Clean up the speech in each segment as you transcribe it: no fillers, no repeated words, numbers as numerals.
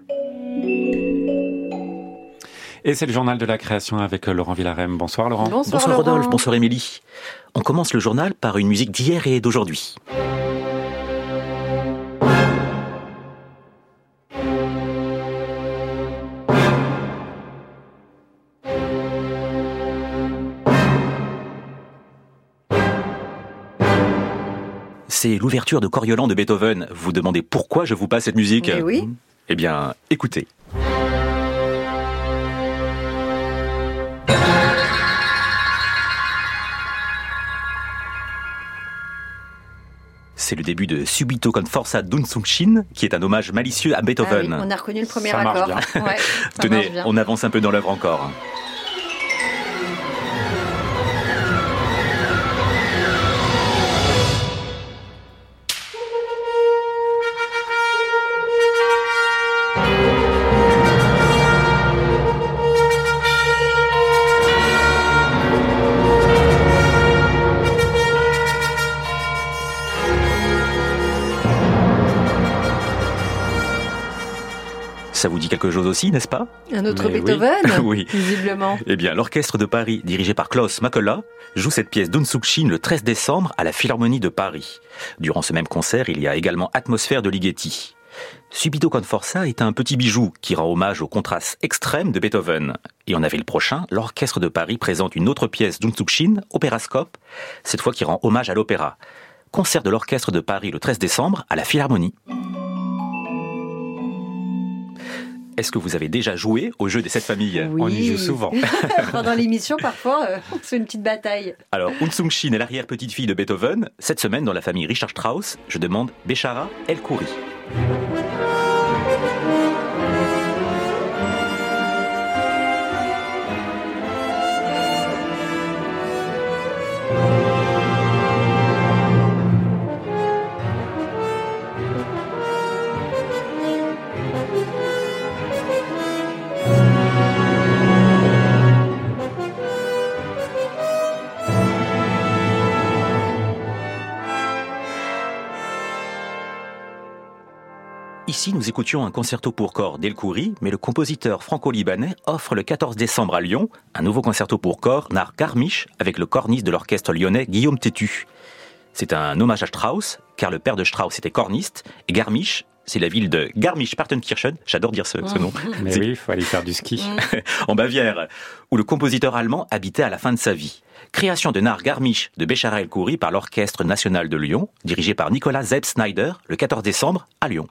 Et c'est le journal de la création avec Laurent Villarem. Bonsoir Laurent. Bonsoir Rodolphe, bonsoir Émilie. On commence le journal par une musique d'hier et d'aujourd'hui. C'est l'ouverture de Coriolan de Beethoven. Vous demandez pourquoi je vous passe cette musique ? Mais oui. Eh bien, écoutez. C'est le début de Subito con forza d'un Sung-shin, qui est un hommage malicieux à Beethoven. Ah oui, on a reconnu le premier Ça marche accord. bien. Ouais, Tenez, on avance un peu dans l'œuvre encore. Ça vous dit quelque chose aussi, n'est-ce pas ? Un autre Mais Beethoven, Oui. visiblement. Eh bien, l'orchestre de Paris, dirigé par Klaus Makola, joue cette pièce d'Un Sung-shin le 13 décembre à la Philharmonie de Paris. Durant ce même concert, il y a également Atmosphère de Ligeti. Subito con forza est un petit bijou qui rend hommage au contraste extrême de Beethoven. Et en avril prochain, l'orchestre de Paris présente une autre pièce d'Un Sung-shin, Opérascope, cette fois qui rend hommage à l'opéra. Concert de l'orchestre de Paris le 13 décembre à la Philharmonie. Est-ce que vous avez déjà joué au jeu des 7 familles ? Oui. On y joue souvent. Pendant l'émission, parfois, on fait une petite bataille. Alors, Uns Sung-shin est l'arrière-petite-fille de Beethoven. Cette semaine, dans la famille Richard Strauss, je demande Béchara El Khoury. Ici, nous écoutions un concerto pour corps d'El Khoury, mais le compositeur franco-libanais offre le 14 décembre à Lyon un nouveau concerto pour corps, Nar Garmisch, avec le corniste de l'orchestre lyonnais Guillaume Tétu. C'est un hommage à Strauss, car le père de Strauss était corniste, et Garmisch, c'est la ville de Garmisch-Partenkirchen, j'adore dire ce nom, Mais oui, il faut aller faire du ski. en Bavière, où le compositeur allemand habitait à la fin de sa vie. Création de Nar Garmisch de Béchara El Khoury par l'Orchestre National de Lyon, dirigé par Nicolas Zeb-Snyder, le 14 décembre à Lyon.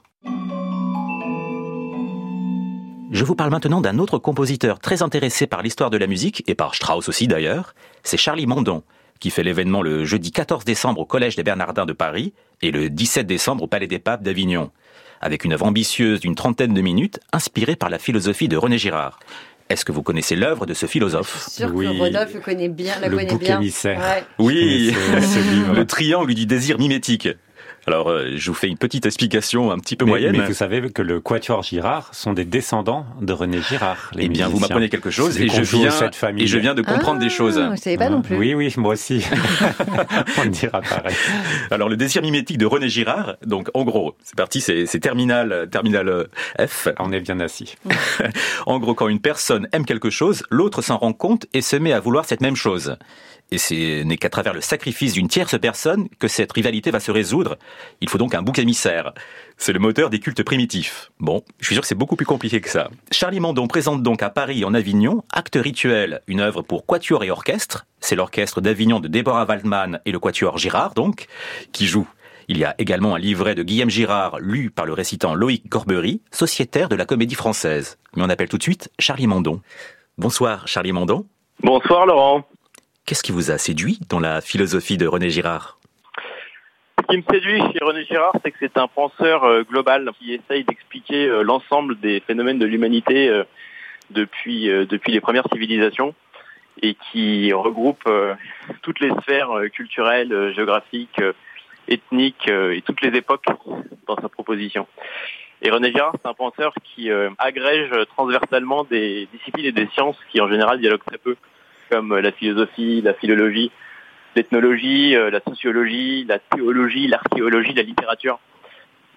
Je vous parle maintenant d'un autre compositeur très intéressé par l'histoire de la musique, et par Strauss aussi d'ailleurs, c'est Charlie Mondon, qui fait l'événement le jeudi 14 décembre au Collège des Bernardins de Paris et le 17 décembre au Palais des Papes d'Avignon, avec une œuvre ambitieuse d'une trentaine de minutes, inspirée par la philosophie de René Girard. Est-ce que vous connaissez l'œuvre de ce philosophe ? Je suis sûr Oui. que Rodolphe la connaît bien. Le bouc émissaire. Ouais. Oui, Ce livre. le triangle du désir mimétique. Alors, je vous fais une petite explication un petit peu moyenne. Mais vous savez que le Quatuor Girard sont des descendants de René Girard. Eh bien, vous m'apprenez quelque chose et je viens de comprendre des choses. Je ne savais pas non plus. Oui, moi aussi. On dira pareil. Alors, le désir mimétique de René Girard, donc en gros, c'est parti, c'est terminal F. On est bien assis. En gros, quand une personne aime quelque chose, l'autre s'en rend compte et se met à vouloir cette même chose. Et ce n'est qu'à travers le sacrifice d'une tierce personne que cette rivalité va se résoudre. Il faut donc un bouc émissaire. C'est le moteur des cultes primitifs. Bon, je suis sûr que c'est beaucoup plus compliqué que ça. Charlie Mondon présente donc à Paris et en Avignon Acte rituel, une œuvre pour quatuor et orchestre. C'est l'orchestre d'Avignon de Deborah Waldman et le quatuor Girard, donc, qui joue. Il y a également un livret de Guillaume Girard, lu par le récitant Loïc Gorbery, sociétaire de la Comédie Française. Mais on appelle tout de suite Charlie Mondon. Bonsoir Charlie Mondon. Bonsoir Laurent. Qu'est-ce qui vous a séduit dans la philosophie de René Girard ? Ce qui me séduit chez René Girard, c'est que c'est un penseur global qui essaye d'expliquer l'ensemble des phénomènes de l'humanité depuis les premières civilisations et qui regroupe toutes les sphères culturelles, géographiques, ethniques et toutes les époques dans sa proposition. Et René Girard, c'est un penseur qui agrège transversalement des disciplines et des sciences qui en général dialoguent très peu, comme la philosophie, la philologie, l'ethnologie, la sociologie, la théologie, l'archéologie, la littérature.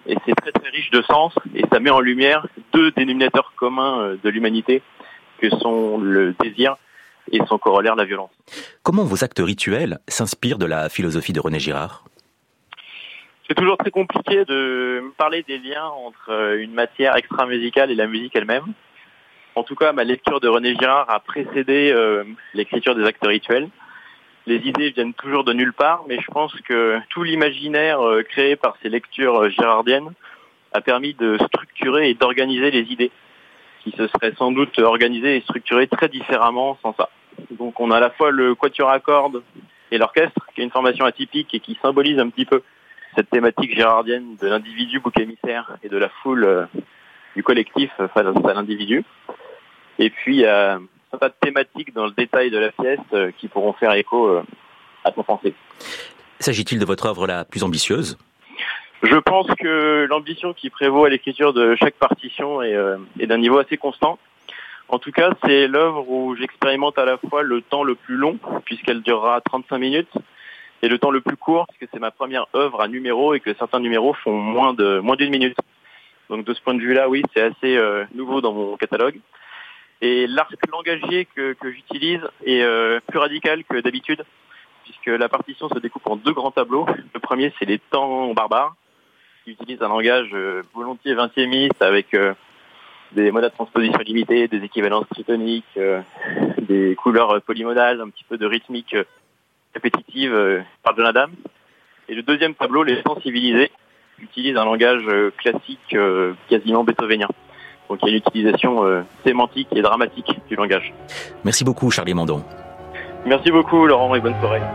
et c'est très très riche de sens, et ça met en lumière deux dénominateurs communs de l'humanité, que sont le désir et son corollaire, la violence. Comment vos actes rituels s'inspirent de la philosophie de René Girard ? C'est toujours très compliqué de parler des liens entre une matière extra-musicale et la musique elle-même. En tout cas, ma lecture de René Girard a précédé l'écriture des actes rituels. Les idées viennent toujours de nulle part, mais je pense que tout l'imaginaire créé par ces lectures girardiennes a permis de structurer et d'organiser les idées, qui se seraient sans doute organisées et structurées très différemment sans ça. Donc on a à la fois le quatuor à cordes et l'orchestre, qui est une formation atypique et qui symbolise un petit peu cette thématique girardienne de l'individu bouc émissaire et de la foule du collectif face à l'individu. Et puis il y a un tas de thématiques dans le détail de la pièce qui pourront faire écho à ton pensée. S'agit-il de votre œuvre la plus ambitieuse ? Je pense que l'ambition qui prévaut à l'écriture de chaque partition est d'un niveau assez constant. En tout cas, c'est l'œuvre où j'expérimente à la fois le temps le plus long, puisqu'elle durera 35 minutes, et le temps le plus court, puisque c'est ma première œuvre à numéro et que certains numéros font moins d'une minute. Donc de ce point de vue-là, oui, c'est assez nouveau dans mon catalogue. Et l'arc langagier que j'utilise est plus radical que d'habitude, puisque la partition se découpe en deux grands tableaux. Le premier, c'est les temps barbares, qui utilisent un langage volontiers vingtiémiste avec des modes de transposition limitées, des équivalences tritoniques, des couleurs polymodales, un petit peu de rythmique répétitive par John Adams. Et le deuxième tableau, les temps civilisés, utilise un langage classique quasiment beethovenien. Donc il y a une utilisation sémantique et dramatique du langage. Merci beaucoup Charlie Mandon. Merci beaucoup Laurent et bonne soirée.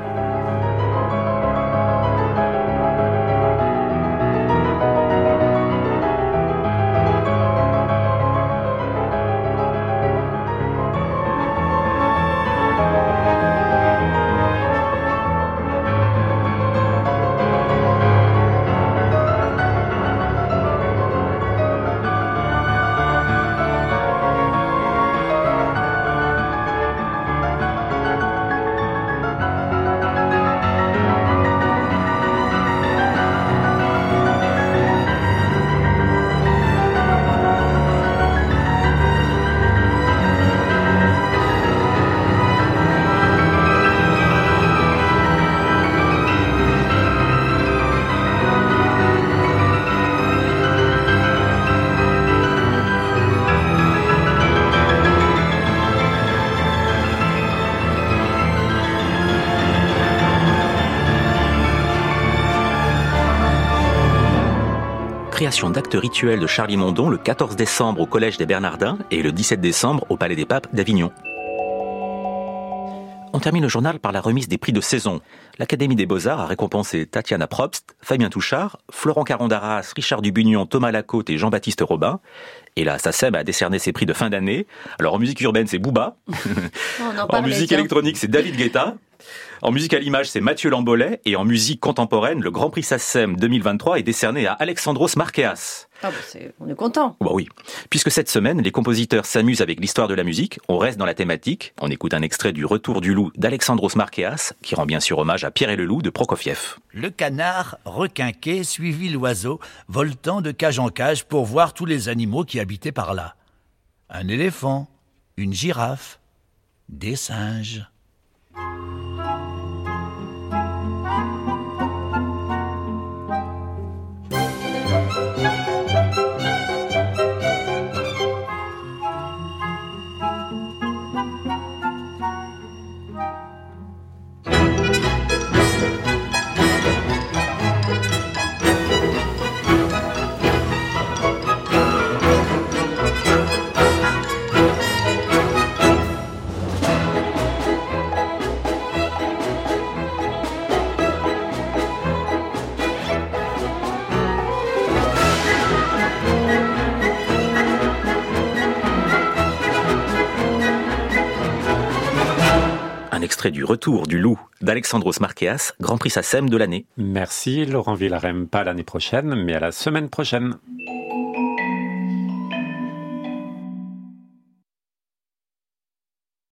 Création d'actes rituels de Charlie Mondon le 14 décembre au Collège des Bernardins et le 17 décembre au Palais des Papes d'Avignon. On termine le journal par la remise des prix de saison. L'Académie des Beaux-Arts a récompensé Tatiana Probst, Fabien Touchard, Florent Caron d'Arras, Richard Dubugnon, Thomas Lacote et Jean-Baptiste Robin. Et la SACEM a décerné ses prix de fin d'année. Alors en musique urbaine, c'est Booba. En musique électronique, c'est David Guetta. En musique à l'image, c'est Mathieu Lambolet. Et en musique contemporaine, le Grand Prix SACEM 2023 est décerné à Alexandros Marqueas. Ah on est content. Bah oui. Puisque cette semaine, les compositeurs s'amusent avec l'histoire de la musique, on reste dans la thématique. On écoute un extrait du Retour du loup d'Alexandros Marqueas, qui rend bien sûr hommage à Pierre et le loup de Prokofiev. Le canard requinqué suivit l'oiseau, voltant de cage en cage pour voir tous les animaux qui habitaient par là. Un éléphant, une girafe, des singes. Extrait du Retour du loup d'Alexandros Marqueas, Grand Prix SACEM de l'année. Merci Laurent Villarem, pas l'année prochaine, mais à la semaine prochaine.